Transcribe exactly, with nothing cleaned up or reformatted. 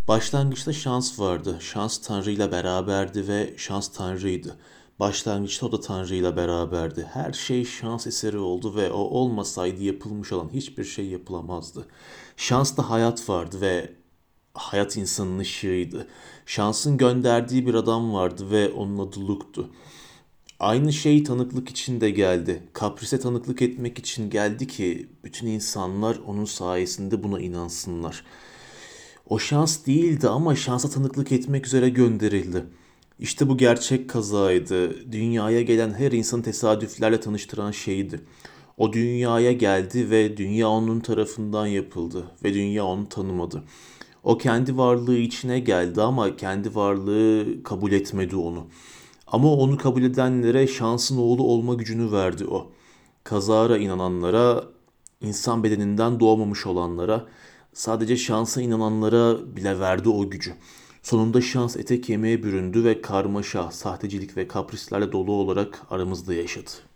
Başlangıçta şans vardı. Şans Tanrı'yla beraberdi ve şans Tanrı'ydı. Başlangıçta o da Tanrı'yla beraberdi. Her şey şans eseri oldu ve o olmasaydı yapılmış olan hiçbir şey yapılamazdı. Şansta hayat vardı ve hayat insanın ışığıydı. Şansın gönderdiği bir adam vardı ve onun adı Luke'tu. Aynı şey tanıklık için de geldi. Kapris'e tanıklık etmek için geldi ki bütün insanlar onun sayesinde buna inansınlar. O şans değildi ama şansa tanıklık etmek üzere gönderildi. İşte bu gerçek kazaydı. Dünyaya gelen her insanı tesadüflerle tanıştıran şeydi. O dünyaya geldi ve dünya onun tarafından yapıldı ve dünya onu tanımadı. O kendi varlığı içine geldi ama kendi varlığı kabul etmedi onu. Ama onu kabul edenlere şansın oğlu olma gücünü verdi o. Kazara inananlara, insan bedeninden doğmamış olanlara, sadece şansa inananlara bile verdi o gücü. Sonunda şans ete kemiğe büründü ve karmaşa, sahtecilik ve kaprislerle dolu olarak aramızda yaşadı.